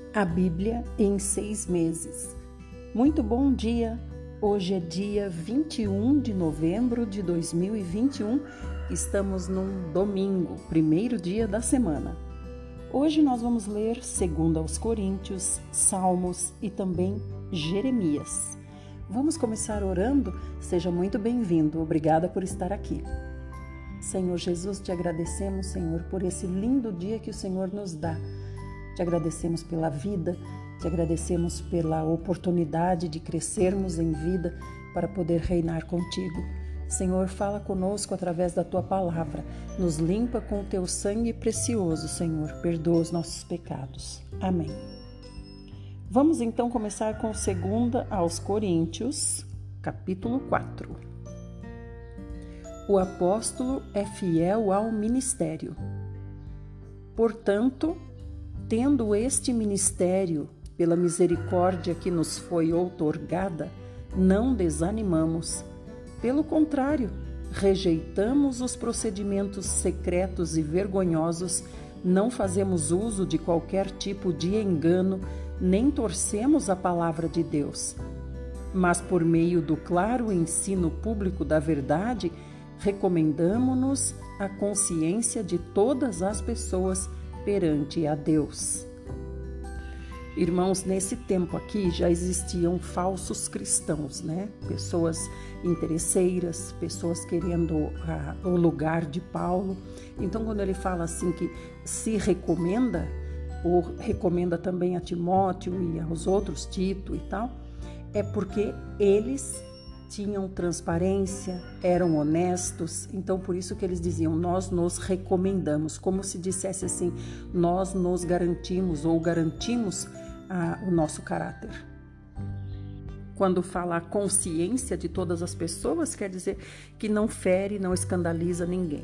A Bíblia em 6 meses. Muito bom dia! Hoje é dia 21 de novembro de 2021. Estamos num domingo, primeiro dia da semana. Hoje nós vamos ler 2 aos Coríntios, Salmos e também Jeremias. Vamos começar orando? Seja muito bem-vindo. Obrigada por estar aqui. Senhor Jesus, te agradecemos, Senhor, por esse lindo dia que o Senhor nos dá. Te agradecemos pela vida, te agradecemos pela oportunidade de crescermos em vida para poder reinar contigo. Senhor, fala conosco através da tua palavra, nos limpa com o teu sangue precioso, Senhor, perdoa os nossos pecados. Amém. Vamos então começar com 2 aos Coríntios, capítulo 4. O apóstolo é fiel ao ministério. Portanto, tendo este ministério, pela misericórdia que nos foi outorgada, não desanimamos. Pelo contrário, rejeitamos os procedimentos secretos e vergonhosos, não fazemos uso de qualquer tipo de engano, nem torcemos a palavra de Deus. Mas por meio do claro ensino público da verdade, recomendamo-nos à consciência de todas as pessoas perante a Deus. Irmãos, nesse tempo aqui já existiam falsos cristãos, né? Pessoas interesseiras, pessoas querendo o lugar de Paulo. Então, quando ele fala assim que se recomenda, ou recomenda também a Timóteo e aos outros, Tito e tal, é porque eles tinham transparência, eram honestos, então por isso que eles diziam, nós nos recomendamos, como se dissesse assim, nós nos garantimos ou garantimos o nosso caráter. Quando fala a consciência de todas as pessoas, quer dizer que não fere, não escandaliza ninguém.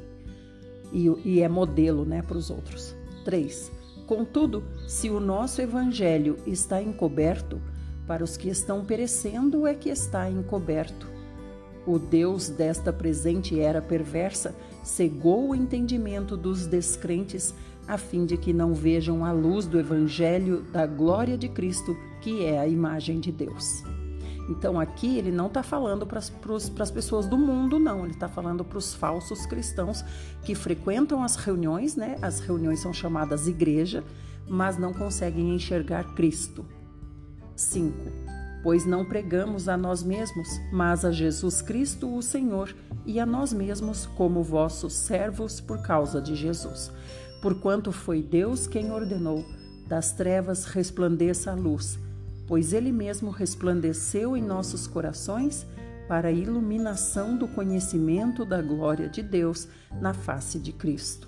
E é modelo, né, para os outros. 3. Contudo, se o nosso evangelho está encoberto, para os que estão perecendo é que está encoberto. O Deus desta presente era perversa cegou o entendimento dos descrentes, a fim de que não vejam a luz do Evangelho da glória de Cristo, que é a imagem de Deus. Então aqui ele não está falando para as pessoas do mundo, não. Ele está falando para os falsos cristãos que frequentam as reuniões, né? As reuniões são chamadas igreja, mas não conseguem enxergar Cristo. 5. Pois não pregamos a nós mesmos, mas a Jesus Cristo, o Senhor, e a nós mesmos como vossos servos por causa de Jesus. Porquanto foi Deus quem ordenou, das trevas resplandeça a luz, pois Ele mesmo resplandeceu em nossos corações para a iluminação do conhecimento da glória de Deus na face de Cristo.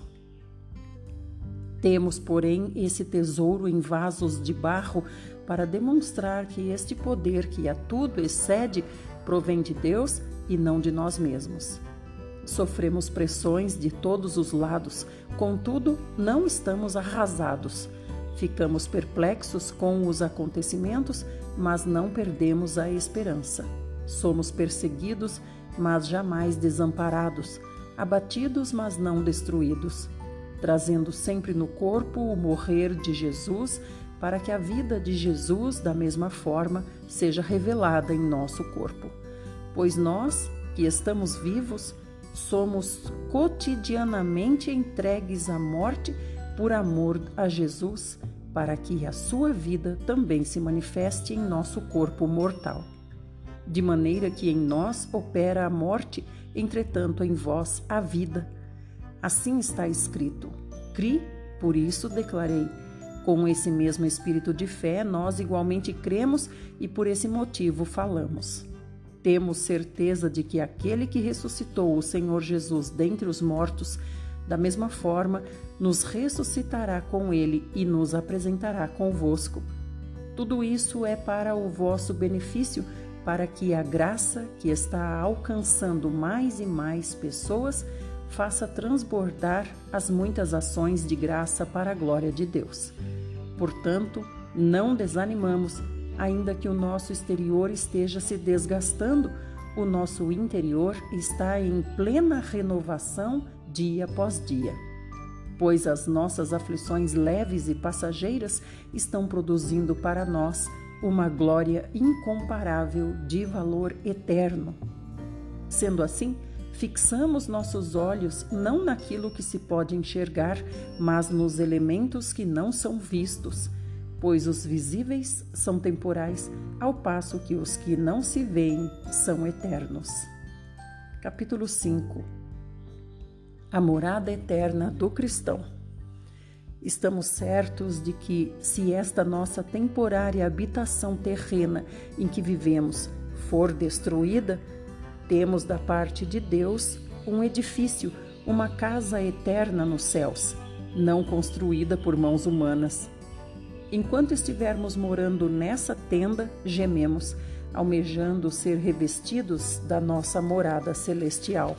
Temos, porém, esse tesouro em vasos de barro para demonstrar que este poder que a tudo excede provém de Deus e não de nós mesmos. Sofremos pressões de todos os lados, contudo, não estamos arrasados. Ficamos perplexos com os acontecimentos, mas não perdemos a esperança. Somos perseguidos, mas jamais desamparados, abatidos, mas não destruídos, trazendo sempre no corpo o morrer de Jesus, para que a vida de Jesus, da mesma forma, seja revelada em nosso corpo. Pois nós, que estamos vivos, somos cotidianamente entregues à morte por amor a Jesus, para que a sua vida também se manifeste em nosso corpo mortal. De maneira que em nós opera a morte, entretanto em vós a vida. Assim está escrito: Cri, por isso declarei. Com esse mesmo espírito de fé, nós igualmente cremos e por esse motivo falamos. Temos certeza de que aquele que ressuscitou o Senhor Jesus dentre os mortos, da mesma forma, nos ressuscitará com ele e nos apresentará convosco. Tudo isso é para o vosso benefício, para que a graça que está alcançando mais e mais pessoas faça transbordar as muitas ações de graça para a glória de Deus. Portanto, não desanimamos, ainda que o nosso exterior esteja se desgastando, o nosso interior está em plena renovação dia após dia. pois as nossas aflições leves e passageiras estão produzindo para nós uma glória incomparável de valor eterno. Sendo assim, fixamos nossos olhos não naquilo que se pode enxergar, mas nos elementos que não são vistos, pois os visíveis são temporais, ao passo que os que não se veem são eternos. Capítulo 5. A morada eterna do cristão. Estamos certos de que, se esta nossa temporária habitação terrena em que vivemos for destruída, temos da parte de Deus um edifício, uma casa eterna nos céus, não construída por mãos humanas. Enquanto estivermos morando nessa tenda, gememos, almejando ser revestidos da nossa morada celestial.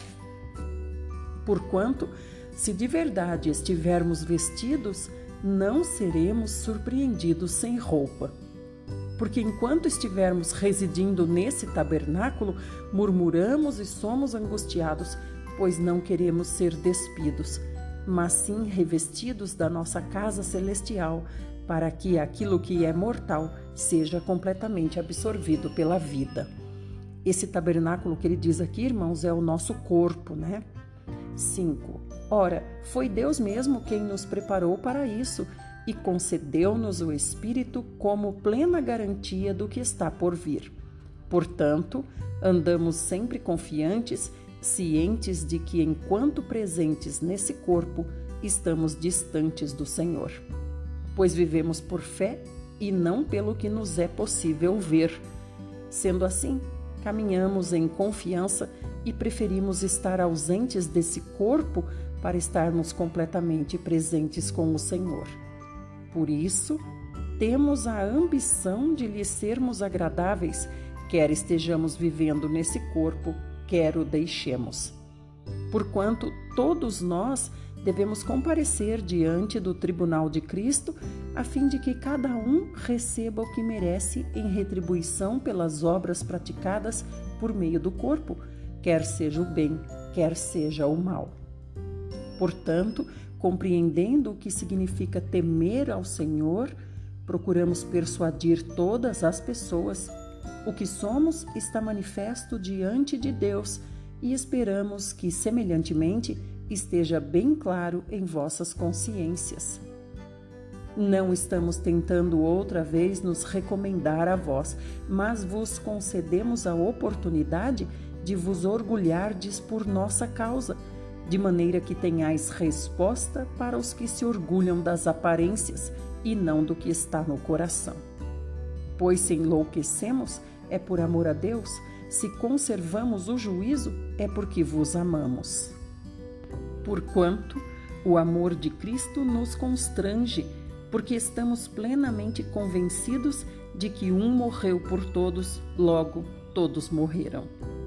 Porquanto, se de verdade estivermos vestidos, não seremos surpreendidos sem roupa. Porque enquanto estivermos residindo nesse tabernáculo, murmuramos e somos angustiados, pois não queremos ser despidos, mas sim revestidos da nossa casa celestial, para que aquilo que é mortal seja completamente absorvido pela vida. Esse tabernáculo que ele diz aqui, irmãos, é o nosso corpo, né? 5. Ora, foi Deus mesmo quem nos preparou para isso e concedeu-nos o Espírito como plena garantia do que está por vir. Portanto, andamos sempre confiantes, cientes de que, enquanto presentes nesse corpo, estamos distantes do Senhor. Pois vivemos por fé e não pelo que nos é possível ver. Sendo assim, caminhamos em confiança e preferimos estar ausentes desse corpo para estarmos completamente presentes com o Senhor. Por isso, temos a ambição de lhe sermos agradáveis, quer estejamos vivendo nesse corpo, quer o deixemos. Porquanto todos nós devemos comparecer diante do tribunal de Cristo, a fim de que cada um receba o que merece em retribuição pelas obras praticadas por meio do corpo, quer seja o bem, quer seja o mal. Portanto, compreendendo o que significa temer ao Senhor, procuramos persuadir todas as pessoas. O que somos está manifesto diante de Deus e esperamos que, semelhantemente, esteja bem claro em vossas consciências. Não estamos tentando outra vez nos recomendar a vós, mas vos concedemos a oportunidade de vos orgulhardes por nossa causa, de maneira que tenhais resposta para os que se orgulham das aparências e não do que está no coração. Pois se enlouquecemos, é por amor a Deus, se conservamos o juízo, é porque vos amamos. Porquanto o amor de Cristo nos constrange, porque estamos plenamente convencidos de que um morreu por todos, logo todos morreram.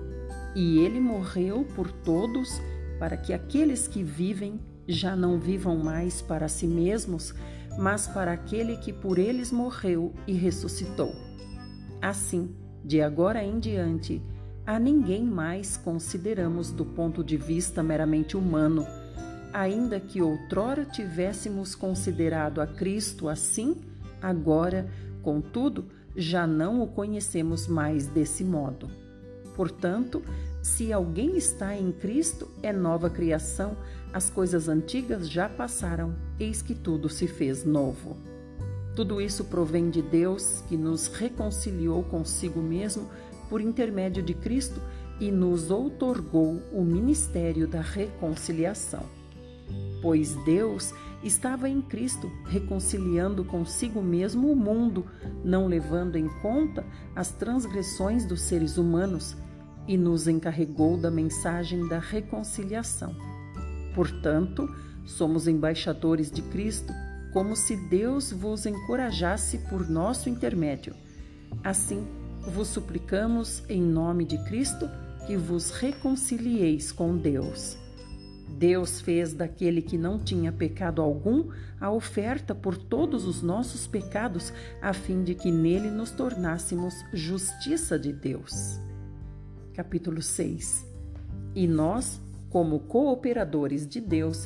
E ele morreu por todos, para que aqueles que vivem já não vivam mais para si mesmos, mas para aquele que por eles morreu e ressuscitou. Assim, de agora em diante, a ninguém mais consideramos do ponto de vista meramente humano. Ainda que outrora tivéssemos considerado a Cristo assim, agora, contudo, já não o conhecemos mais desse modo. Portanto, se alguém está em Cristo, é nova criação, as coisas antigas já passaram, eis que tudo se fez novo. Tudo isso provém de Deus, que nos reconciliou consigo mesmo por intermédio de Cristo e nos outorgou o ministério da reconciliação. Pois Deus estava em Cristo, reconciliando consigo mesmo o mundo, não levando em conta as transgressões dos seres humanos, e nos encarregou da mensagem da reconciliação. Portanto, somos embaixadores de Cristo, como se Deus vos encorajasse por nosso intermédio. Assim, vos suplicamos, em nome de Cristo, que vos reconcilieis com Deus. Deus fez daquele que não tinha pecado algum a oferta por todos os nossos pecados, a fim de que nele nos tornássemos justiça de Deus. Capítulo 6. E nós, como cooperadores de Deus,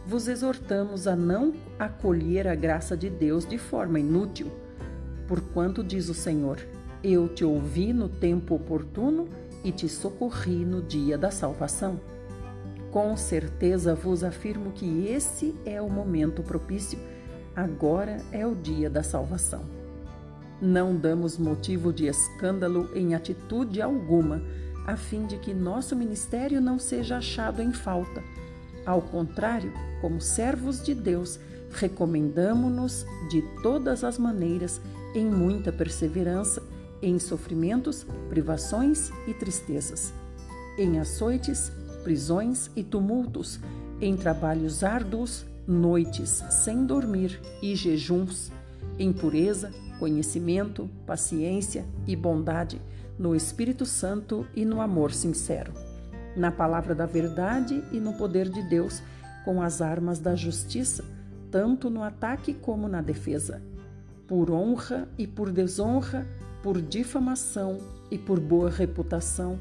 vos exortamos a não acolher a graça de Deus de forma inútil. Porquanto diz o Senhor: eu te ouvi no tempo oportuno e te socorri no dia da salvação. Com certeza vos afirmo que esse é o momento propício. Agora é o dia da salvação. Não damos motivo de escândalo em atitude alguma, a fim de que nosso ministério não seja achado em falta. Ao contrário, como servos de Deus, recomendamo-nos de todas as maneiras, em muita perseverança, em sofrimentos, privações e tristezas, em açoites, prisões e tumultos, em trabalhos árduos, noites sem dormir e jejuns, em pureza, conhecimento, paciência e bondade, no Espírito Santo e no amor sincero, na palavra da verdade e no poder de Deus, com as armas da justiça, tanto no ataque como na defesa, por honra e por desonra, por difamação e por boa reputação,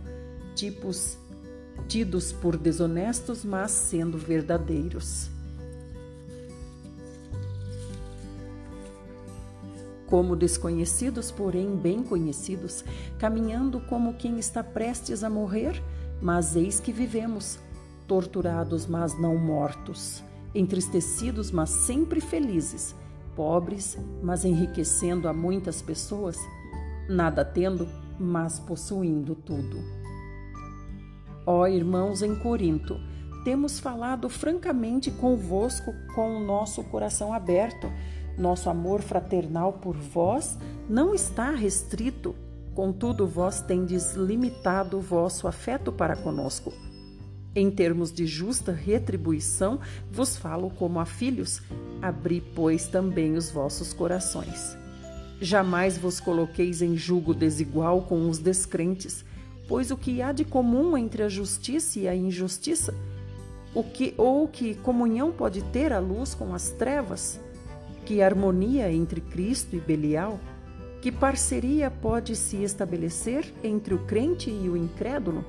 tidos por desonestos, mas sendo verdadeiros. Como desconhecidos, porém bem conhecidos, caminhando como quem está prestes a morrer, mas eis que vivemos, torturados, mas não mortos, entristecidos, mas sempre felizes, pobres, mas enriquecendo a muitas pessoas, nada tendo, mas possuindo tudo. Ó irmãos em Corinto, temos falado francamente convosco com o nosso coração aberto. Nosso amor fraternal por vós não está restrito, contudo vós tendes limitado o vosso afeto para conosco. Em termos de justa retribuição, vos falo como a filhos, abri, pois, também os vossos corações. Jamais vos coloqueis em julgo desigual com os descrentes, pois o que há de comum entre a justiça e a injustiça? Que comunhão pode ter a luz com as trevas? Que harmonia entre Cristo e Belial? Que parceria pode se estabelecer entre o crente e o incrédulo?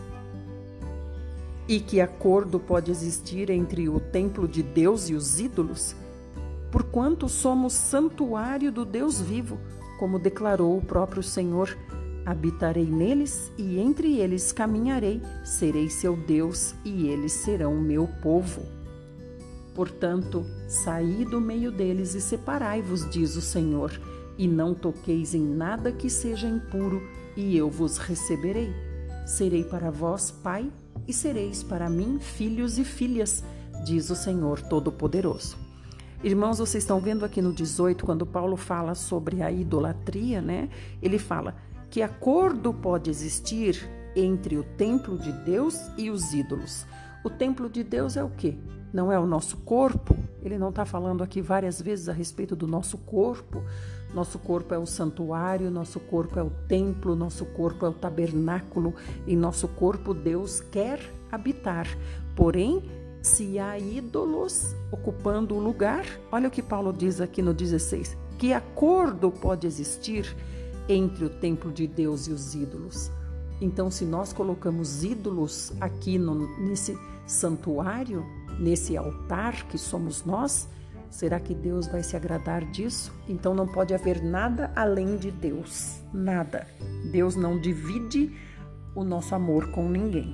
E que acordo pode existir entre o templo de Deus e os ídolos? Porquanto somos santuário do Deus vivo, como declarou o próprio Senhor: habitarei neles e entre eles caminharei, serei seu Deus e eles serão meu povo. Portanto, saí do meio deles e separai-vos, diz o Senhor, e não toqueis em nada que seja impuro, e eu vos receberei. Serei para vós pai, e sereis para mim filhos e filhas, diz o Senhor Todo-Poderoso. Irmãos, vocês estão vendo aqui no 18, quando Paulo fala sobre a idolatria, né? Ele fala: que acordo pode existir entre o templo de Deus e os ídolos? O templo de Deus é o quê? Não é o nosso corpo? Ele não está falando aqui várias vezes a respeito do nosso corpo. Nosso corpo é o santuário, nosso corpo é o templo, nosso corpo é o tabernáculo. Em nosso corpo Deus quer habitar. Porém, se há ídolos ocupando o lugar, olha o que Paulo diz aqui no 16. Que acordo pode existir entre o templo de Deus e os ídolos? Então, se nós colocamos ídolos aqui nesse santuário, nesse altar que somos nós, será que Deus vai se agradar disso? Então não pode haver nada além de Deus, nada. Deus não divide o nosso amor com ninguém.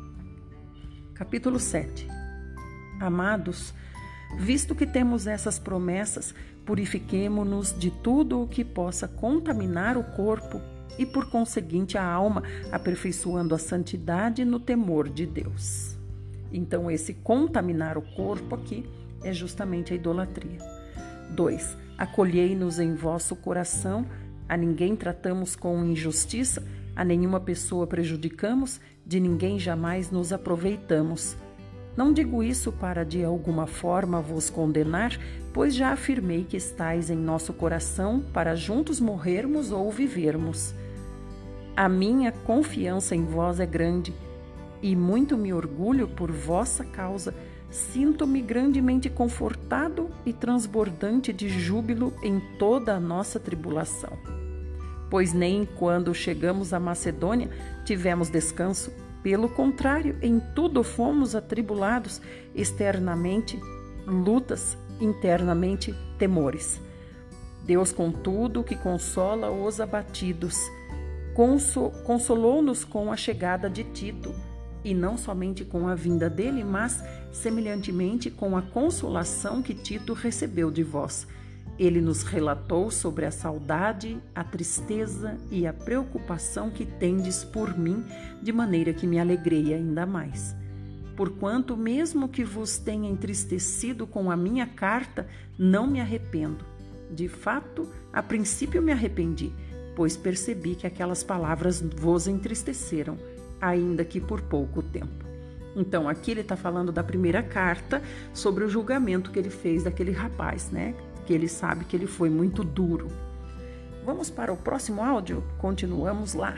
Capítulo 7. Amados, visto que temos essas promessas, purifiquemo-nos de tudo o que possa contaminar o corpo e, por conseguinte, a alma, aperfeiçoando a santidade no temor de Deus. Então, esse contaminar o corpo aqui é justamente a idolatria. 2. Acolhei-nos em vosso coração, a ninguém tratamos com injustiça, a nenhuma pessoa prejudicamos, de ninguém jamais nos aproveitamos. Não digo isso para de alguma forma vos condenar, pois já afirmei que estais em nosso coração para juntos morrermos ou vivermos. A minha confiança em vós é grande, e muito me orgulho por vossa causa. Sinto-me grandemente confortado e transbordante de júbilo em toda a nossa tribulação. Pois nem quando chegamos à Macedônia tivemos descanso, Pelo contrário, em tudo fomos atribulados, externamente lutas, internamente temores. Deus, contudo, que consola os abatidos, consolou-nos com a chegada de Tito, e não somente com a vinda dele, mas, semelhantemente, com a consolação que Tito recebeu de vós. Ele nos relatou sobre a saudade, a tristeza e a preocupação que tendes por mim, de maneira que me alegrei ainda mais. Porquanto, mesmo que vos tenha entristecido com a minha carta, não me arrependo. De fato, a princípio me arrependi, pois percebi que aquelas palavras vos entristeceram, ainda que por pouco tempo. Então, aqui ele está falando da primeira carta sobre o julgamento que ele fez daquele rapaz, né? Que ele sabe que ele foi muito duro. Vamos para o próximo áudio? Continuamos lá.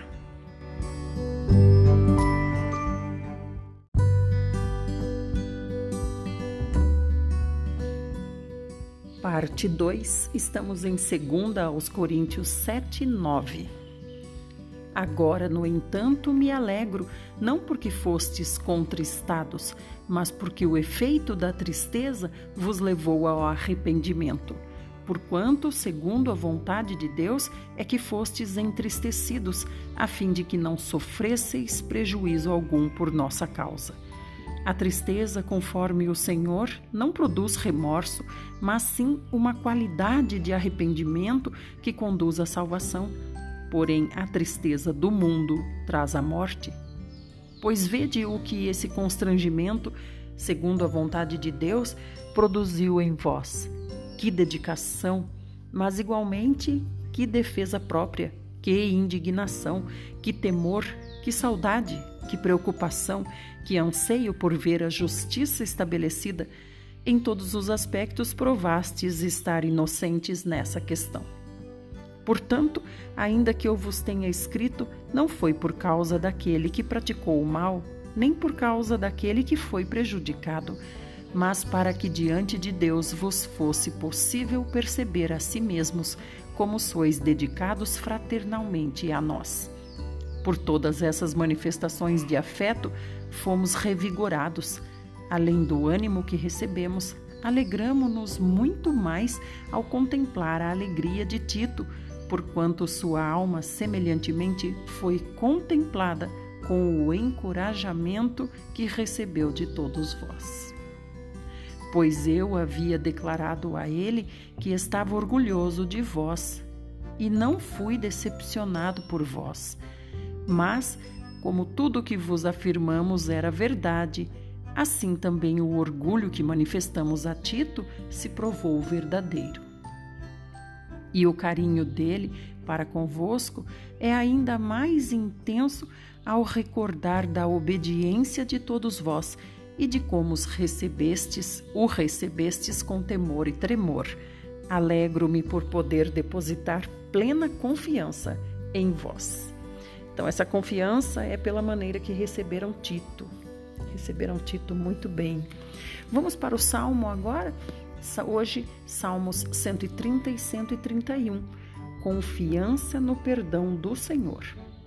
Parte 2, estamos em 2 aos Coríntios 7, 9. Agora, no entanto, me alegro, não porque fostes contristados, mas porque o efeito da tristeza vos levou ao arrependimento. Porquanto, segundo a vontade de Deus, é que fostes entristecidos, a fim de que não sofresseis prejuízo algum por nossa causa. A tristeza, conforme o Senhor, não produz remorso, mas sim uma qualidade de arrependimento que conduz à salvação. Porém, a tristeza do mundo traz a morte. Pois vede o que esse constrangimento, segundo a vontade de Deus, produziu em vós. Que dedicação, mas igualmente que defesa própria, que indignação, que temor, que saudade, que preocupação, que anseio por ver a justiça estabelecida. Em todos os aspectos provastes estar inocentes nessa questão. Portanto, ainda que eu vos tenha escrito, não foi por causa daquele que praticou o mal, nem por causa daquele que foi prejudicado, mas para que diante de Deus vos fosse possível perceber a si mesmos como sois dedicados fraternalmente a nós. Por todas essas manifestações de afeto, fomos revigorados. Além do ânimo que recebemos, alegramo-nos muito mais ao contemplar a alegria de Tito, porquanto sua alma semelhantemente foi contemplada com o encorajamento que recebeu de todos vós. Pois eu havia declarado a ele que estava orgulhoso de vós, e não fui decepcionado por vós. Mas, como tudo o que vos afirmamos era verdade, assim também o orgulho que manifestamos a Tito se provou verdadeiro. E o carinho dele para convosco é ainda mais intenso ao recordar da obediência de todos vós e de como o recebestes com temor e tremor. Alegro-me por poder depositar plena confiança em vós. Então, essa confiança é pela maneira que receberam Tito. Receberam Tito muito bem. Vamos para o Salmo agora? Hoje, Salmos 130 e 131. Confiança no perdão do Senhor.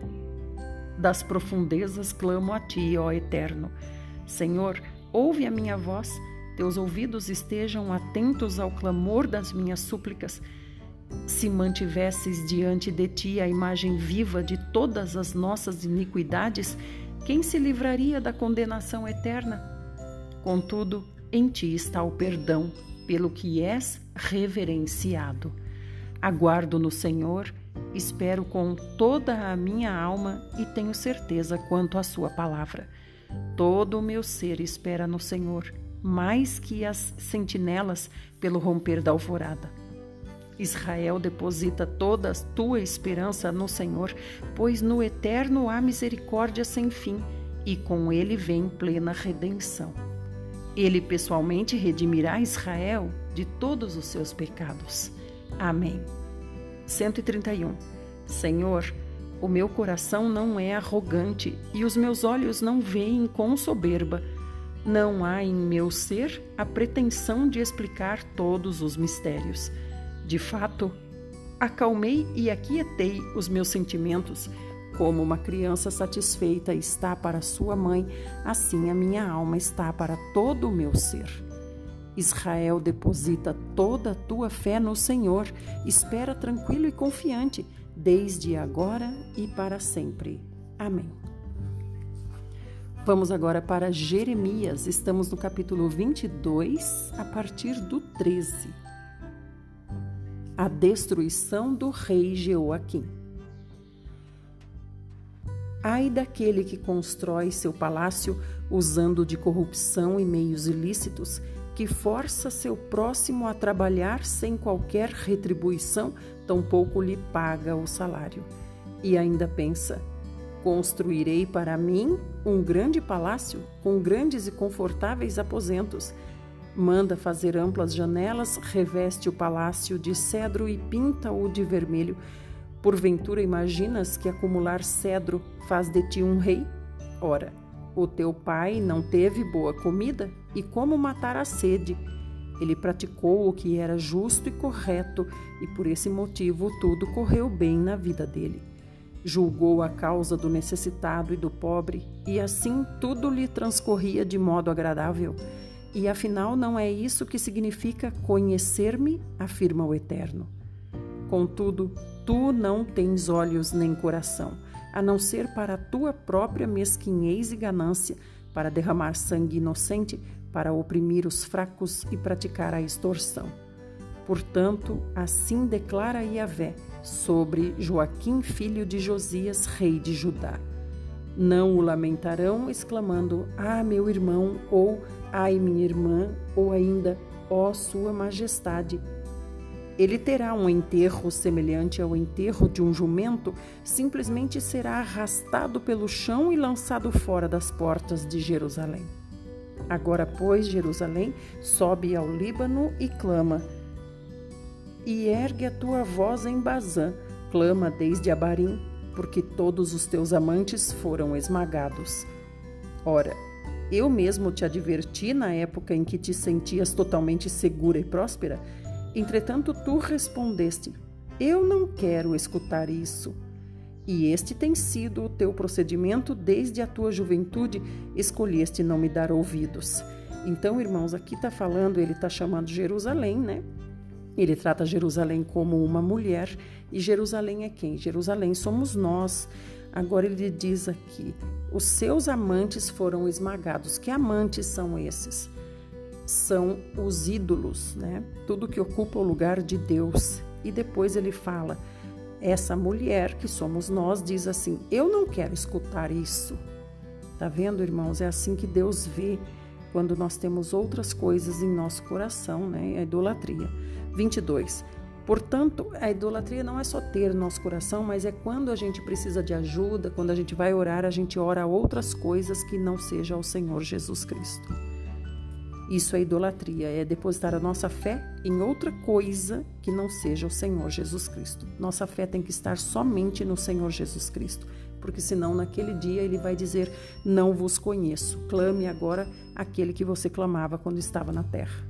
Das profundezas clamo a ti, ó Eterno. Senhor, ouve a minha voz. Teus ouvidos estejam atentos ao clamor das minhas súplicas. Se mantivesses diante de ti a imagem viva de todas as nossas iniquidades, quem se livraria da condenação eterna? Contudo, em ti está o perdão, pelo que és reverenciado. Aguardo no Senhor, espero com toda a minha alma e tenho certeza quanto à sua palavra. Todo o meu ser espera no Senhor, mais que as sentinelas pelo romper da alvorada. Israel, deposita toda a tua esperança no Senhor, pois no Eterno há misericórdia sem fim, e com ele vem plena redenção. Ele pessoalmente redimirá Israel de todos os seus pecados. Amém. 131. Senhor, o meu coração não é arrogante e os meus olhos não veem com soberba. Não há em meu ser a pretensão de explicar todos os mistérios. De fato, acalmei e aquietei os meus sentimentos Como uma criança satisfeita está para sua mãe, assim a minha alma está para todo o meu ser. Israel, deposita toda a tua fé no Senhor, espera tranquilo e confiante, desde agora e para sempre. Amém. Vamos agora para Jeremias, estamos no capítulo 22, a partir do 13. A destruição do rei Jeoaquim. Ai daquele que constrói seu palácio usando de corrupção e meios ilícitos, que força seu próximo a trabalhar sem qualquer retribuição, tampouco lhe paga o salário. E ainda pensa: construirei para mim um grande palácio com grandes e confortáveis aposentos. Manda fazer amplas janelas, reveste o palácio de cedro e pinta-o de vermelho. Porventura imaginas que acumular cedro faz de ti um rei? Ora, o teu pai não teve boa comida, e como matar a sede? Ele praticou o que era justo e correto, e por esse motivo tudo correu bem na vida dele. Julgou a causa do necessitado e do pobre, e assim tudo lhe transcorria de modo agradável. E afinal não é isso que significa conhecer-me, afirma o Eterno. Contudo, tu não tens olhos nem coração, a não ser para a tua própria mesquinhez e ganância, para derramar sangue inocente, para oprimir os fracos e praticar a extorsão. Portanto, assim declara Yahvé sobre Joaquim, filho de Josias, rei de Judá. Não o lamentarão, exclamando: ah, meu irmão, ou ai, minha irmã, ou ainda, ó sua majestade. Ele terá um enterro semelhante ao enterro de um jumento, simplesmente será arrastado pelo chão e lançado fora das portas de Jerusalém. Agora, pois, Jerusalém, sobe ao Líbano e clama. E ergue a tua voz em Bazã, clama desde Abarim, porque todos os teus amantes foram esmagados. Ora, eu mesmo te adverti na época em que te sentias totalmente segura e próspera. Entretanto, tu respondeste: eu não quero escutar isso. E este tem sido o teu procedimento desde a tua juventude, escolheste não me dar ouvidos. Então, irmãos, aqui está falando, ele está chamando Jerusalém, né? Ele trata Jerusalém como uma mulher, e Jerusalém é quem? Jerusalém somos nós. Agora ele diz aqui, os seus amantes foram esmagados. Que amantes são esses? São os ídolos, né? Tudo que ocupa o lugar de Deus. E depois ele fala, essa mulher que somos nós diz assim, eu não quero escutar isso. Tá vendo, irmãos? É assim que Deus vê quando nós temos outras coisas em nosso coração, né? A idolatria. 22. Portanto, a idolatria não é só ter no nosso coração, mas é quando a gente precisa de ajuda, quando a gente vai orar, a gente ora a outras coisas que não seja ao Senhor Jesus Cristo. Isso é idolatria, é depositar a nossa fé em outra coisa que não seja o Senhor Jesus Cristo. Nossa fé tem que estar somente no Senhor Jesus Cristo, porque senão naquele dia ele vai dizer, não vos conheço, clame agora aquele que você clamava quando estava na terra.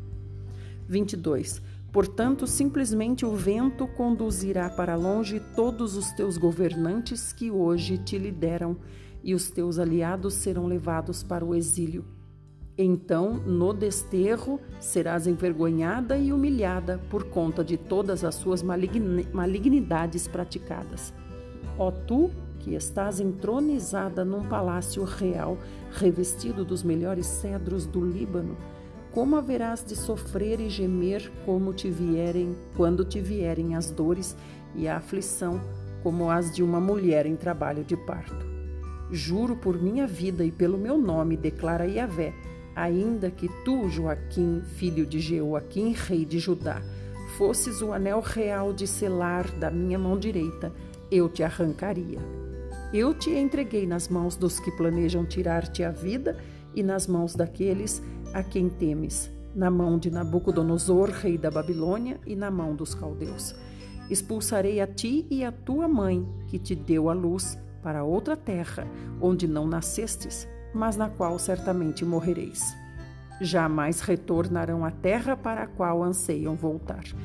22. Portanto, simplesmente o vento conduzirá para longe todos os teus governantes que hoje te lideram, e os teus aliados serão levados para o exílio. Então, no desterro, serás envergonhada e humilhada por conta de todas as suas malignidades praticadas. Ó tu, que estás entronizada num palácio real, revestido dos melhores cedros do Líbano, como haverás de sofrer e gemer quando te vierem as dores e a aflição, como as de uma mulher em trabalho de parto? Juro por minha vida e pelo meu nome, declara Yahvé, ainda que tu, Joaquim, filho de Jeoaquim, rei de Judá, fosses o anel real de selar da minha mão direita, eu te arrancaria. Eu te entreguei nas mãos dos que planejam tirar-te a vida e nas mãos daqueles a quem temes, na mão de Nabucodonosor, rei da Babilônia, e na mão dos caldeus. Expulsarei a ti e a tua mãe, que te deu a luz, para outra terra, onde não nascestes, mas na qual certamente morrereis. Jamais retornarão à terra para a qual anseiam voltar.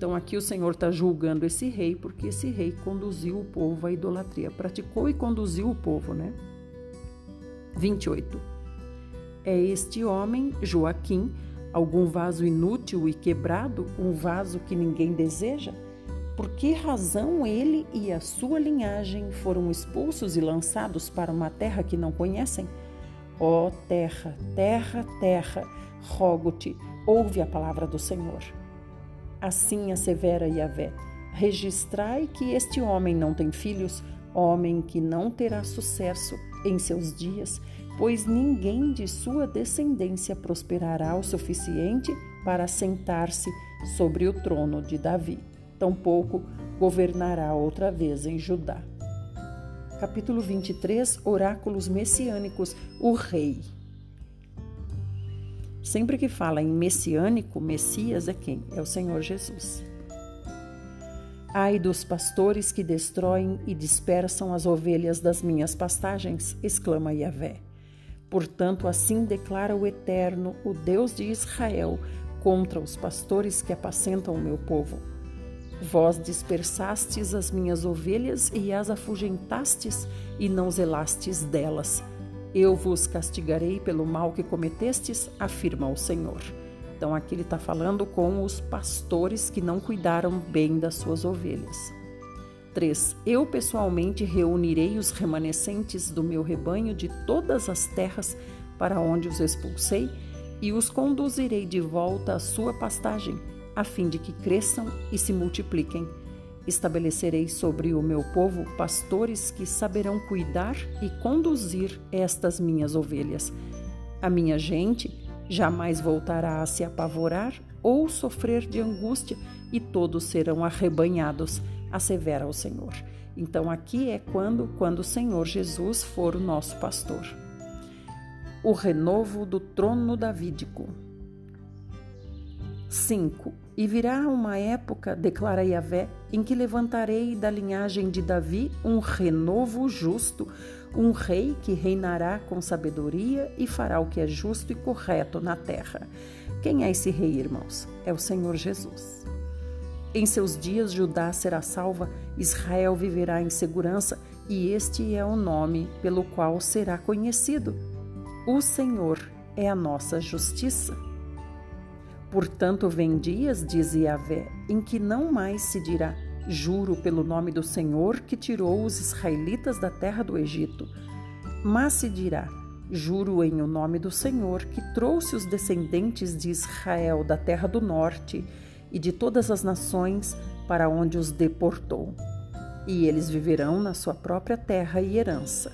Então aqui o Senhor está julgando esse rei, porque esse rei conduziu o povo à idolatria, praticou e conduziu o povo, né? 28. É este homem, Joaquim, algum vaso inútil e quebrado, um vaso que ninguém deseja? Por que razão ele e a sua linhagem foram expulsos e lançados para uma terra que não conhecem? Ó terra, terra, terra, rogo-te, ouve a palavra do Senhor. Assim assevera Yahvé: registrai que este homem não tem filhos, homem que não terá sucesso em seus dias, pois ninguém de sua descendência prosperará o suficiente para sentar-se sobre o trono de Davi. Tampouco governará outra vez em Judá. Capítulo 23, Oráculos Messiânicos, o Rei. Sempre que fala em messiânico, Messias é quem? É o Senhor Jesus. Ai dos pastores que destroem e dispersam as ovelhas das minhas pastagens, exclama Yahvé. Portanto, assim declara o Eterno, o Deus de Israel, contra os pastores que apacentam o meu povo. Vós dispersastes as minhas ovelhas e as afugentastes e não zelastes delas. Eu vos castigarei pelo mal que cometestes, afirma o Senhor. Então aqui ele está falando com os pastores que não cuidaram bem das suas ovelhas. 3. Eu pessoalmente reunirei os remanescentes do meu rebanho de todas as terras para onde os expulsei e os conduzirei de volta à sua pastagem, a fim de que cresçam e se multipliquem. Estabelecerei sobre o meu povo pastores que saberão cuidar e conduzir estas minhas ovelhas. A minha gente jamais voltará a se apavorar ou sofrer de angústia, e todos serão arrebanhados, assevera o Senhor. Então aqui é quando o Senhor Jesus for o nosso pastor. O renovo do trono davídico. 5. E virá uma época, declara Yahvé, em que levantarei da linhagem de Davi um renovo justo, um rei que reinará com sabedoria e fará o que é justo e correto na terra. Quem é esse rei, irmãos? É o Senhor Jesus. Em seus dias Judá será salva, Israel viverá em segurança, e este é o nome pelo qual será conhecido. O Senhor é a nossa justiça. Portanto, vem dias, diz Yahvé, em que não mais se dirá: juro pelo nome do Senhor que tirou os israelitas da terra do Egito. Mas se dirá: juro em o nome do Senhor que trouxe os descendentes de Israel da terra do norte e de todas as nações para onde os deportou. E eles viverão na sua própria terra e herança.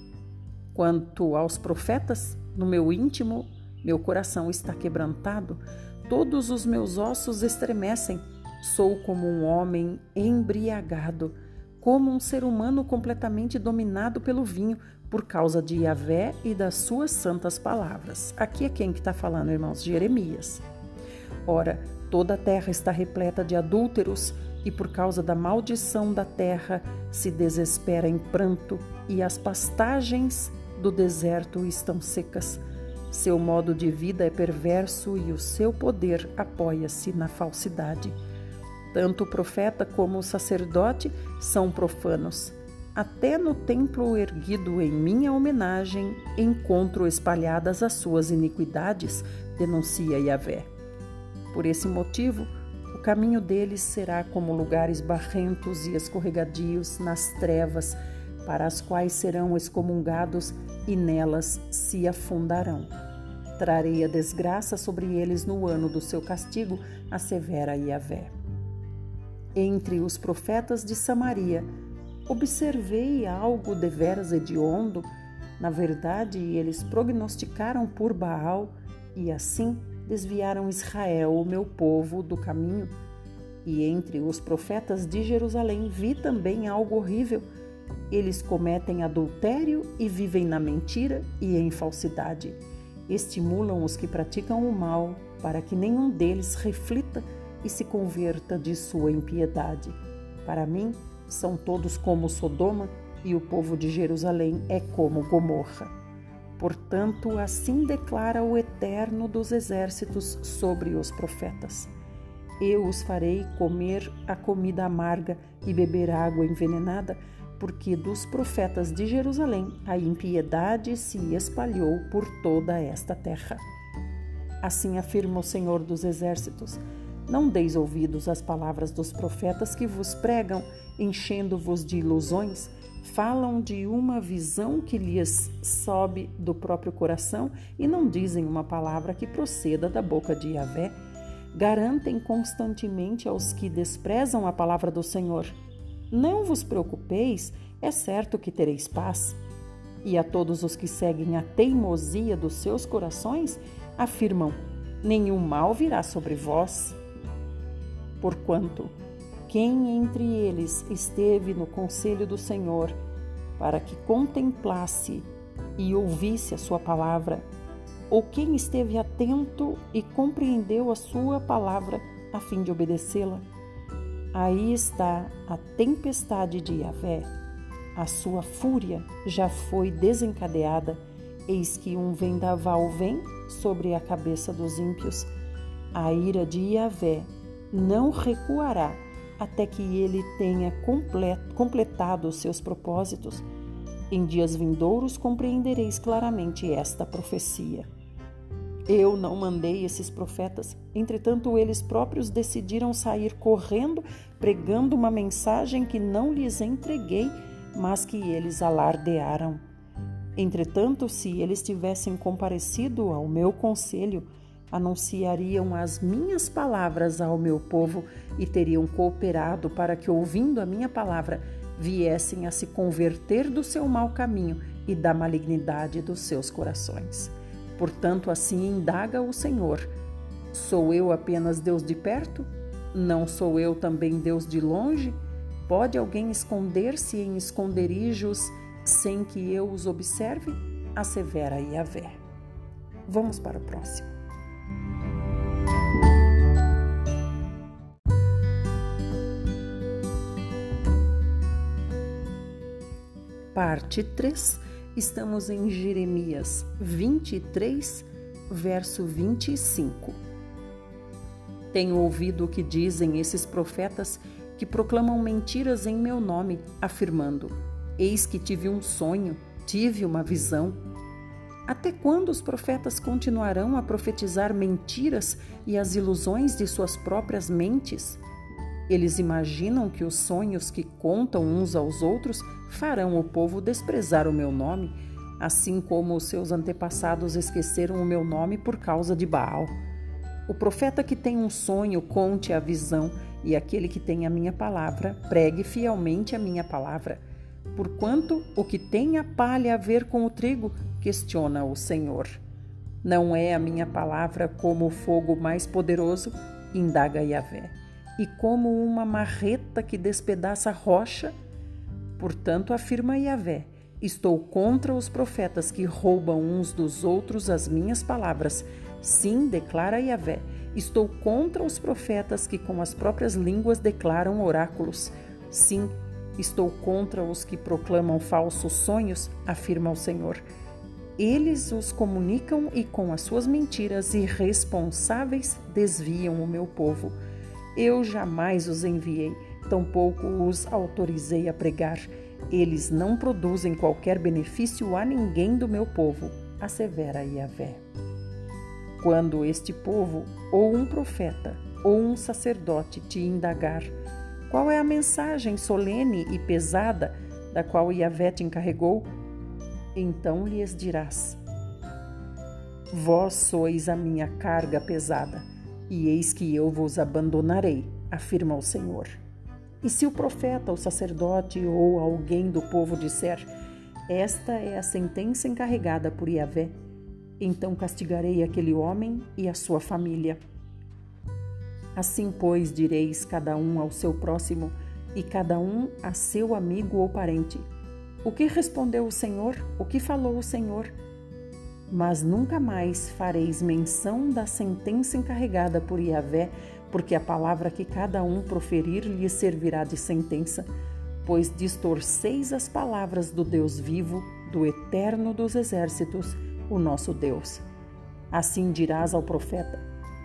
Quanto aos profetas, no meu íntimo, meu coração está quebrantado, todos os meus ossos estremecem. Sou como um homem embriagado, como um ser humano completamente dominado pelo vinho, por causa de Yahvé e das suas santas palavras. Aqui é quem que está falando, irmãos? Jeremias. Ora, toda a terra está repleta de adúlteros, e por causa da maldição da terra se desespera em pranto, e as pastagens do deserto estão secas. Seu modo de vida é perverso e o seu poder apoia-se na falsidade. Tanto o profeta como o sacerdote são profanos. Até no templo erguido em minha homenagem encontro espalhadas as suas iniquidades, denuncia Yahvé. Por esse motivo, o caminho deles será como lugares barrentos e escorregadios nas trevas, para as quais serão excomungados e nelas se afundarão. Trarei a desgraça sobre eles no ano do seu castigo, assevera Yahvé. Entre os profetas de Samaria, observei algo deveras hediondo. Na verdade, eles prognosticaram por Baal e assim desviaram Israel, o meu povo, do caminho. E entre os profetas de Jerusalém vi também algo horrível. Eles cometem adultério e vivem na mentira e em falsidade. Estimulam os que praticam o mal para que nenhum deles reflita e se converta de sua impiedade. Para mim, são todos como Sodoma e o povo de Jerusalém é como Gomorra. Portanto, assim declara o Eterno dos Exércitos sobre os profetas: Eu os farei comer a comida amarga e beber água envenenada, porque dos profetas de Jerusalém a impiedade se espalhou por toda esta terra. Assim afirma o Senhor dos Exércitos: não deis ouvidos às palavras dos profetas que vos pregam, enchendo-vos de ilusões. Falam de uma visão que lhes sobe do próprio coração e não dizem uma palavra que proceda da boca de Yahvé. Garantem constantemente aos que desprezam a palavra do Senhor: não vos preocupeis, é certo que tereis paz. E a todos os que seguem a teimosia dos seus corações, afirmam: nenhum mal virá sobre vós. Porquanto, quem entre eles esteve no conselho do Senhor, para que contemplasse e ouvisse a sua palavra, ou quem esteve atento e compreendeu a sua palavra a fim de obedecê-la? Aí está a tempestade de Yahvé. A sua fúria já foi desencadeada. Eis que um vendaval vem sobre a cabeça dos ímpios. A ira de Yahvé não recuará até que ele tenha completado os seus propósitos. Em dias vindouros compreendereis claramente esta profecia. Eu não mandei esses profetas, entretanto eles próprios decidiram sair correndo, pregando uma mensagem que não lhes entreguei, mas que eles alardearam. Entretanto, se eles tivessem comparecido ao meu conselho, anunciariam as minhas palavras ao meu povo e teriam cooperado para que, ouvindo a minha palavra, viessem a se converter do seu mau caminho e da malignidade dos seus corações. Portanto, assim indaga o Senhor: sou eu apenas Deus de perto? Não sou eu também Deus de longe? Pode alguém esconder-se em esconderijos sem que eu os observe? Assevera Yahvé. Vamos para o próximo. Parte 3, estamos em Jeremias 23, verso 25. Tenho ouvido o que dizem esses profetas que proclamam mentiras em meu nome, afirmando: eis que tive um sonho, tive uma visão. Até quando os profetas continuarão a profetizar mentiras e as ilusões de suas próprias mentes? Eles imaginam que os sonhos que contam uns aos outros farão o povo desprezar o meu nome, assim como os seus antepassados esqueceram o meu nome por causa de Baal. O profeta que tem um sonho, conte a visão, e aquele que tem a minha palavra, pregue fielmente a minha palavra. Porquanto o que tem a palha a ver com o trigo, questiona o Senhor. Não é a minha palavra como o fogo mais poderoso? Indaga Yahvé. E como uma marreta que despedaça rocha? Portanto, afirma Yahvé: estou contra os profetas que roubam uns dos outros as minhas palavras. Sim, declara Yahvé, estou contra os profetas que com as próprias línguas declaram oráculos. Sim, estou contra os que proclamam falsos sonhos, afirma o Senhor. Eles os comunicam e com as suas mentiras irresponsáveis desviam o meu povo. Eu jamais os enviei, tampouco os autorizei a pregar. Eles não produzem qualquer benefício a ninguém do meu povo, assevera Yahvé. Quando este povo, ou um profeta, ou um sacerdote te indagar: qual é a mensagem solene e pesada da qual Yahvé te encarregou? Então lhes dirás: vós sois a minha carga pesada, e eis que eu vos abandonarei, afirma o Senhor. E se o profeta, o sacerdote ou alguém do povo disser: esta é a sentença encarregada por Yahvé, então castigarei aquele homem e a sua família. Assim, pois, direis cada um ao seu próximo e cada um a seu amigo ou parente: o que respondeu o Senhor? O que falou o Senhor? Mas nunca mais fareis menção da sentença encarregada por Yahvé, porque a palavra que cada um proferir lhe servirá de sentença, pois distorceis as palavras do Deus vivo, do Eterno dos Exércitos, o nosso Deus. Assim dirás ao profeta: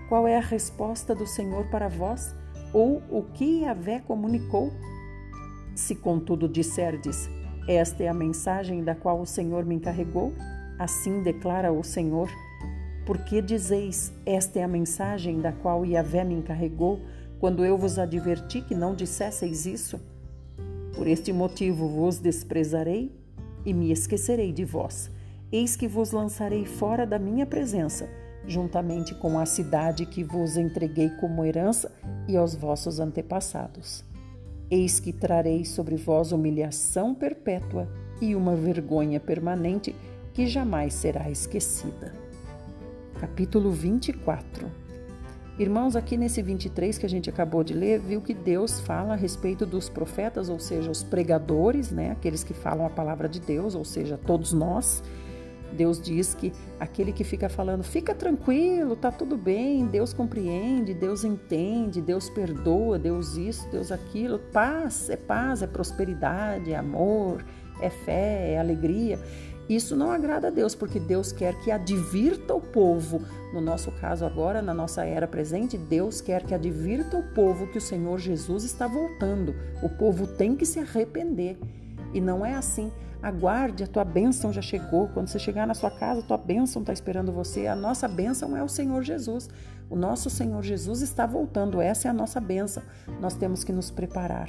Qual é a resposta do Senhor para vós? Ou o que Yahvé comunicou? Se contudo disserdes, esta é a mensagem da qual o Senhor me encarregou, assim declara o Senhor, por que dizeis, esta é a mensagem da qual Yahvé me encarregou, quando eu vos adverti que não dissesseis isso? Por este motivo vos desprezarei e me esquecerei de vós. Eis que vos lançarei fora da minha presença, juntamente com a cidade que vos entreguei como herança e aos vossos antepassados. Eis que trarei sobre vós humilhação perpétua e uma vergonha permanente que jamais será esquecida. Capítulo 24. Irmãos, aqui nesse 23 que a gente acabou de ler, viu que Deus fala a respeito dos profetas, ou seja, os pregadores, né? Aqueles que falam a palavra de Deus, ou seja, todos nós. Deus diz que aquele que fica falando, fica tranquilo, tá tudo bem, Deus compreende, Deus entende, Deus perdoa, Deus isso, Deus aquilo, paz, é prosperidade, é amor, é fé, é alegria. Isso não agrada a Deus, porque Deus quer que advirta o povo. No nosso caso agora, na nossa era presente, Deus quer que advirta o povo que o Senhor Jesus está voltando. O povo tem que se arrepender. E não é assim, aguarde, a tua bênção já chegou. Quando você chegar na sua casa, a tua bênção está esperando você. A nossa bênção é o Senhor Jesus. O nosso Senhor Jesus está voltando. Essa é a nossa bênção. Nós temos que nos preparar.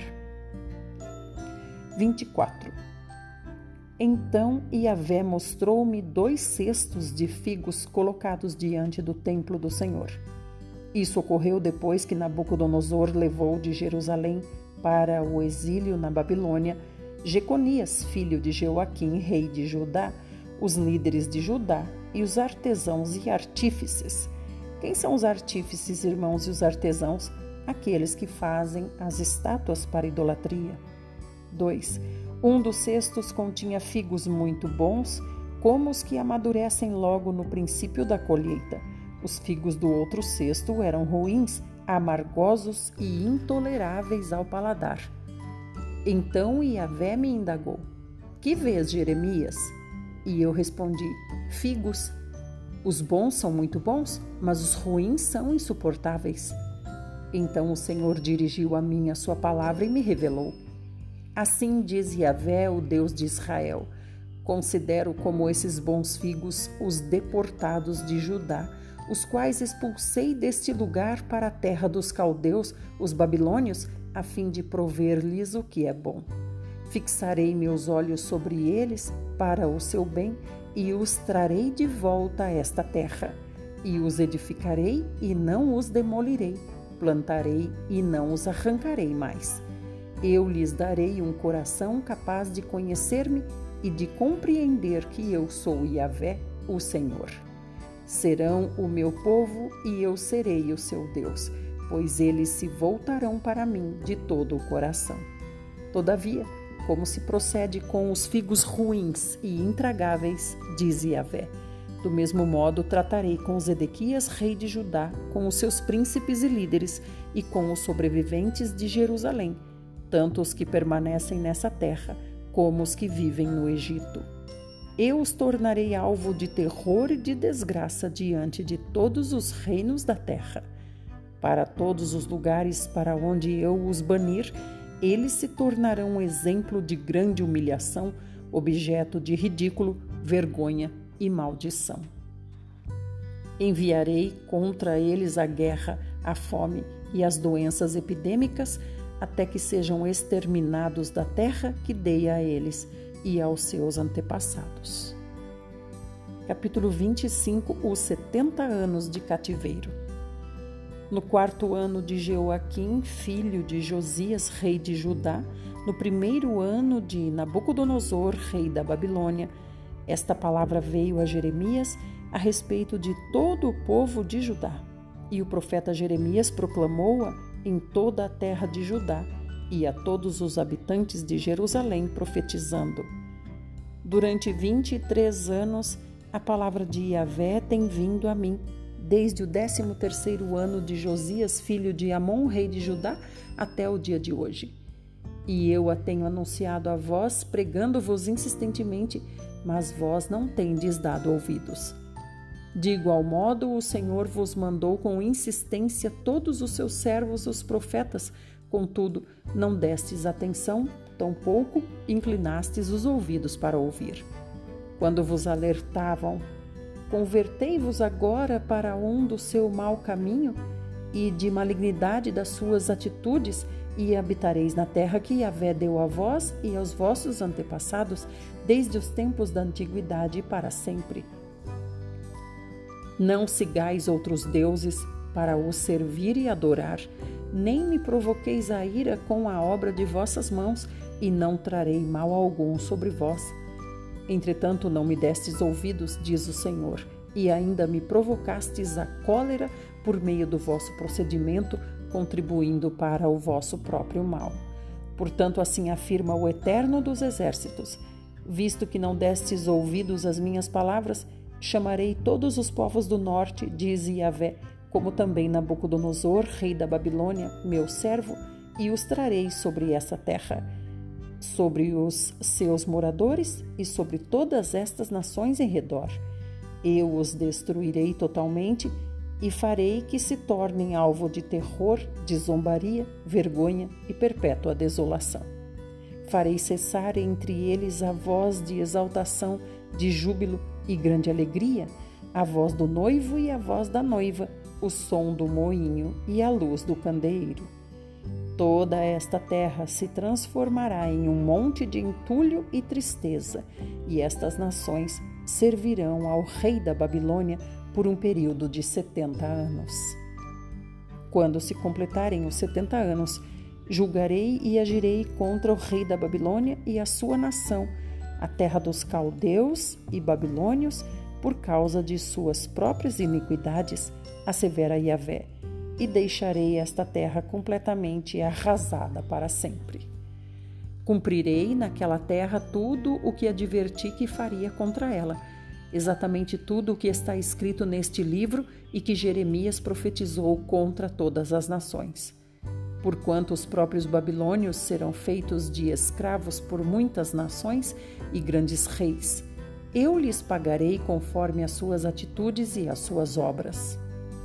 24. Então Yahvé mostrou-me 2 cestos de figos colocados diante do templo do Senhor. Isso ocorreu depois que Nabucodonosor levou de Jerusalém para o exílio na Babilônia Jeconias, filho de Jeoaquim, rei de Judá, os líderes de Judá e os artesãos e artífices. Quem são os artífices, irmãos, e os artesãos? Aqueles que fazem as estátuas para idolatria. 2. Um dos cestos continha figos muito bons, como os que amadurecem logo no princípio da colheita. Os figos do outro cesto eram ruins, amargosos e intoleráveis ao paladar. Então Yahvé me indagou, que vês, Jeremias? E eu respondi, figos. Os bons são muito bons, mas os ruins são insuportáveis. Então o Senhor dirigiu a mim a sua palavra e me revelou. Assim diz Yahvé, o Deus de Israel, considero como esses bons figos os deportados de Judá, os quais expulsei deste lugar para a terra dos caldeus, os babilônios, a fim de prover-lhes o que é bom. Fixarei meus olhos sobre eles para o seu bem e os trarei de volta a esta terra. E os edificarei e não os demolirei, plantarei e não os arrancarei mais. Eu lhes darei um coração capaz de conhecer-me e de compreender que eu sou Yahvé, o Senhor. Serão o meu povo e eu serei o seu Deus, pois eles se voltarão para mim de todo o coração. Todavia, como se procede com os figos ruins e intragáveis, diz Yahvé, do mesmo modo tratarei com Zedequias, rei de Judá, com os seus príncipes e líderes e com os sobreviventes de Jerusalém, tanto os que permanecem nessa terra, como os que vivem no Egito. Eu os tornarei alvo de terror e de desgraça diante de todos os reinos da terra. Para todos os lugares para onde eu os banir, eles se tornarão um exemplo de grande humilhação, objeto de ridículo, vergonha e maldição. Enviarei contra eles a guerra, a fome e as doenças epidêmicas, até que sejam exterminados da terra que dei a eles e aos seus antepassados. Capítulo 25. Os 70 anos de cativeiro. No 4º ano de Jeoaquim, filho de Josias, rei de Judá, no 1º ano de Nabucodonosor, rei da Babilônia, esta palavra veio a Jeremias a respeito de todo o povo de Judá. E o profeta Jeremias proclamou-a em toda a terra de Judá e a todos os habitantes de Jerusalém, profetizando. Durante 23 anos, a palavra de Yahvé tem vindo a mim, desde o 13º ano de Josias, filho de Amon, rei de Judá, até o dia de hoje. E eu a tenho anunciado a vós, pregando-vos insistentemente, mas vós não tendes dado ouvidos. De igual modo, o Senhor vos mandou com insistência todos os seus servos, os profetas. Contudo, não destes atenção, tampouco inclinastes os ouvidos para ouvir. Quando vos alertavam, convertei-vos agora para um do seu mau caminho e de malignidade das suas atitudes, e habitareis na terra que Yahvé deu a vós e aos vossos antepassados, desde os tempos da antiguidade e para sempre. Não sigais outros deuses para os servir e adorar, nem me provoqueis a ira com a obra de vossas mãos, e não trarei mal algum sobre vós. Entretanto, não me destes ouvidos, diz o Senhor, e ainda me provocastes a cólera por meio do vosso procedimento, contribuindo para o vosso próprio mal. Portanto, assim afirma o Eterno dos Exércitos: visto que não destes ouvidos às minhas palavras, chamarei todos os povos do norte, diz Yahvé, como também Nabucodonosor, rei da Babilônia, meu servo, e os trarei sobre essa terra, sobre os seus moradores e sobre todas estas nações em redor. Eu os destruirei totalmente e farei que se tornem alvo de terror, de zombaria, vergonha e perpétua desolação. Farei cessar entre eles a voz de exaltação, de júbilo e grande alegria, a voz do noivo e a voz da noiva, o som do moinho e a luz do candeeiro. Toda esta terra se transformará em um monte de entulho e tristeza, e estas nações servirão ao rei da Babilônia por um período de 70 anos. Quando se completarem os 70 anos, julgarei e agirei contra o rei da Babilônia e a sua nação, a terra dos caldeus e babilônios, por causa de suas próprias iniquidades, assevera Yahvé, e deixarei esta terra completamente arrasada para sempre. Cumprirei naquela terra tudo o que adverti que faria contra ela, exatamente tudo o que está escrito neste livro e que Jeremias profetizou contra todas as nações. Porquanto os próprios babilônios serão feitos de escravos por muitas nações e grandes reis, eu lhes pagarei conforme as suas atitudes e as suas obras.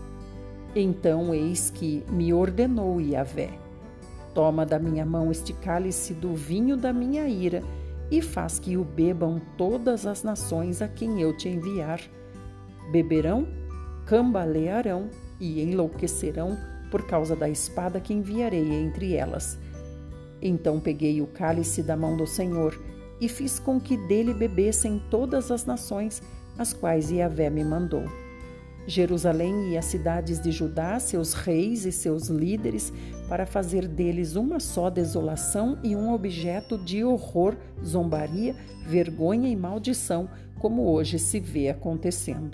Então eis que me ordenou Yahvé: toma da minha mão este cálice do vinho da minha ira e faz que o bebam todas as nações a quem eu te enviar. Beberão, cambalearão e enlouquecerão por causa da espada que enviarei entre elas. Então peguei o cálice da mão do Senhor e fiz com que dele bebessem todas as nações, as quais Yahvé me mandou. Jerusalém e as cidades de Judá, seus reis e seus líderes, para fazer deles uma só desolação e um objeto de horror, zombaria, vergonha e maldição, como hoje se vê acontecendo.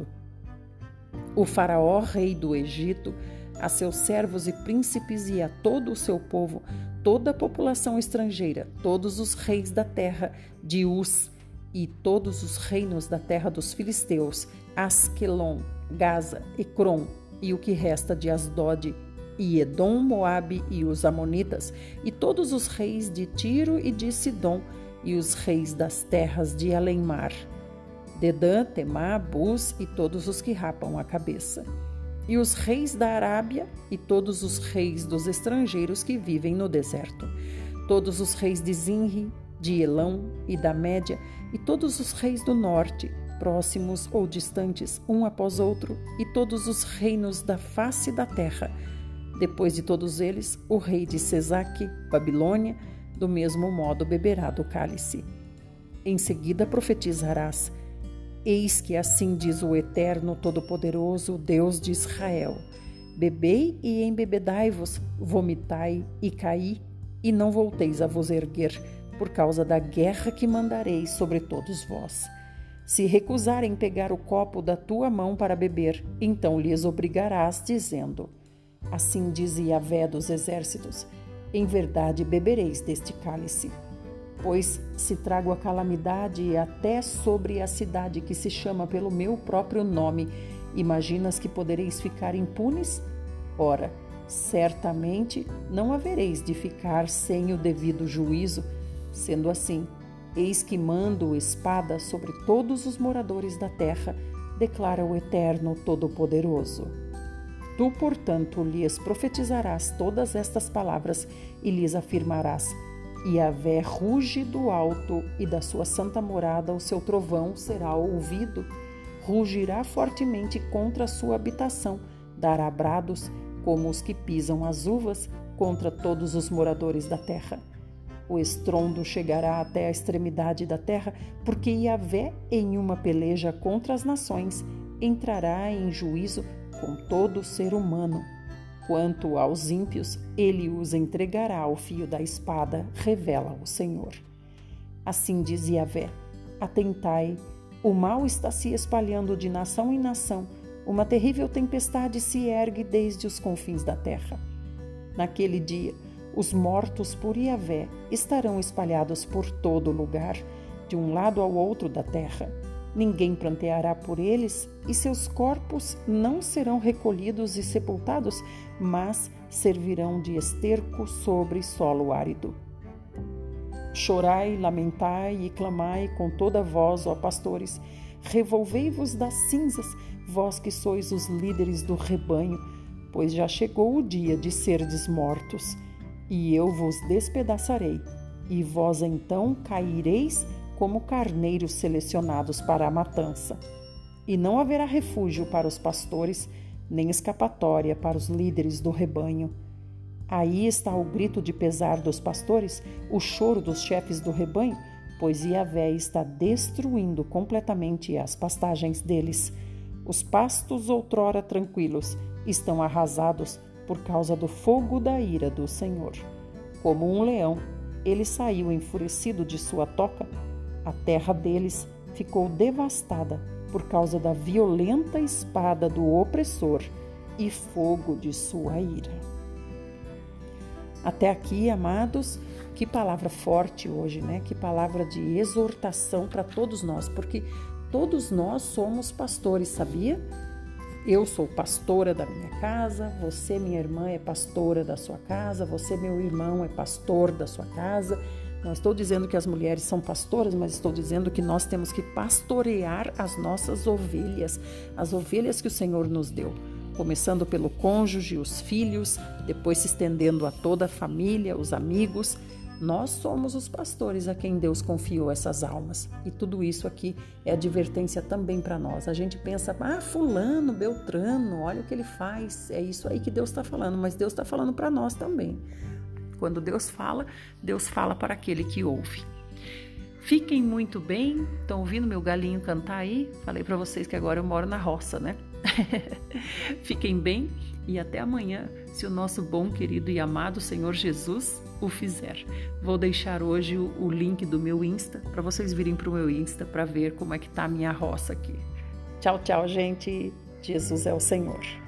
O faraó, rei do Egito, a seus servos e príncipes e a todo o seu povo, toda a população estrangeira, todos os reis da terra de Uz e todos os reinos da terra dos filisteus, Asquelon, Gaza, Ecrom e o que resta de Asdod, e Edom, Moabe e os amonitas, e todos os reis de Tiro e de Sidom, e os reis das terras de Além-mar, Dedã, Temá, Bus e todos os que rapam a cabeça, e os reis da Arábia e todos os reis dos estrangeiros que vivem no deserto, todos os reis de Zinri, de Elão e da Média, e todos os reis do norte, próximos ou distantes, um após outro, e todos os reinos da face da terra. Depois de todos eles, o rei de Sesaque, Babilônia, do mesmo modo beberá do cálice. Em seguida profetizarás: eis que assim diz o Eterno Todo-Poderoso, Deus de Israel: bebei e embebedai-vos, vomitai e caí, e não volteis a vos erguer, por causa da guerra que mandarei sobre todos vós. Se recusarem pegar o copo da tua mão para beber, então lhes obrigarás, dizendo: assim diz Yahvé dos exércitos: em verdade bebereis deste cálice. Pois se trago a calamidade até sobre a cidade que se chama pelo meu próprio nome, imaginas que podereis ficar impunes? Ora, certamente não havereis de ficar sem o devido juízo. Sendo assim, eis que mando espada sobre todos os moradores da terra, declara o Eterno Todo-Poderoso. Tu, portanto, lhes profetizarás todas estas palavras e lhes afirmarás: Yahvé ruge do alto, e da sua santa morada o seu trovão será ouvido. Rugirá fortemente contra a sua habitação, dará brados como os que pisam as uvas contra todos os moradores da terra. O estrondo chegará até a extremidade da terra, porque Yahvé, em uma peleja contra as nações, entrará em juízo com todo ser humano. Quanto aos ímpios, ele os entregará ao fio da espada, revela o Senhor. Assim diz Yahvé: atentai, o mal está se espalhando de nação em nação, uma terrível tempestade se ergue desde os confins da terra. Naquele dia, os mortos por Yahvé estarão espalhados por todo lugar, de um lado ao outro da terra. Ninguém pranteará por eles, e seus corpos não serão recolhidos e sepultados, mas servirão de esterco sobre solo árido. Chorai, lamentai e clamai com toda voz, ó pastores. Revolvei-vos das cinzas, vós que sois os líderes do rebanho, pois já chegou o dia de serdes mortos. E eu vos despedaçarei, e vós então caireis como carneiros selecionados para a matança. E não haverá refúgio para os pastores, nem escapatória para os líderes do rebanho. Aí está o grito de pesar dos pastores, o choro dos chefes do rebanho, pois Yahvé está destruindo completamente as pastagens deles. Os pastos outrora tranquilos estão arrasados por causa do fogo da ira do Senhor. Como um leão, ele saiu enfurecido de sua toca. A terra deles ficou devastada por causa da violenta espada do opressor e fogo de sua ira. Até aqui, amados, que palavra forte hoje, né? Que palavra de exortação para todos nós, porque todos nós somos pastores, sabia? Eu sou pastora da minha casa, você, minha irmã, é pastora da sua casa, você, meu irmão, é pastor da sua casa. Não estou dizendo que as mulheres são pastoras, mas estou dizendo que nós temos que pastorear as nossas ovelhas, as ovelhas que o Senhor nos deu, começando pelo cônjuge, os filhos, depois se estendendo a toda a família, os amigos. Nós somos os pastores a quem Deus confiou essas almas. E tudo isso aqui é advertência também para nós. A gente pensa, fulano, beltrano, olha o que ele faz. É isso aí que Deus está falando, mas Deus está falando para nós também. Quando Deus fala para aquele que ouve. Fiquem muito bem. Estão ouvindo meu galinho cantar aí? Falei para vocês que agora eu moro na roça, né? Fiquem bem e até amanhã, se o nosso bom, querido e amado Senhor Jesus o fizer. Vou deixar hoje o link do meu Insta para vocês virem para o meu Insta para ver como é que tá a minha roça aqui. Tchau, tchau, gente. Jesus é o Senhor.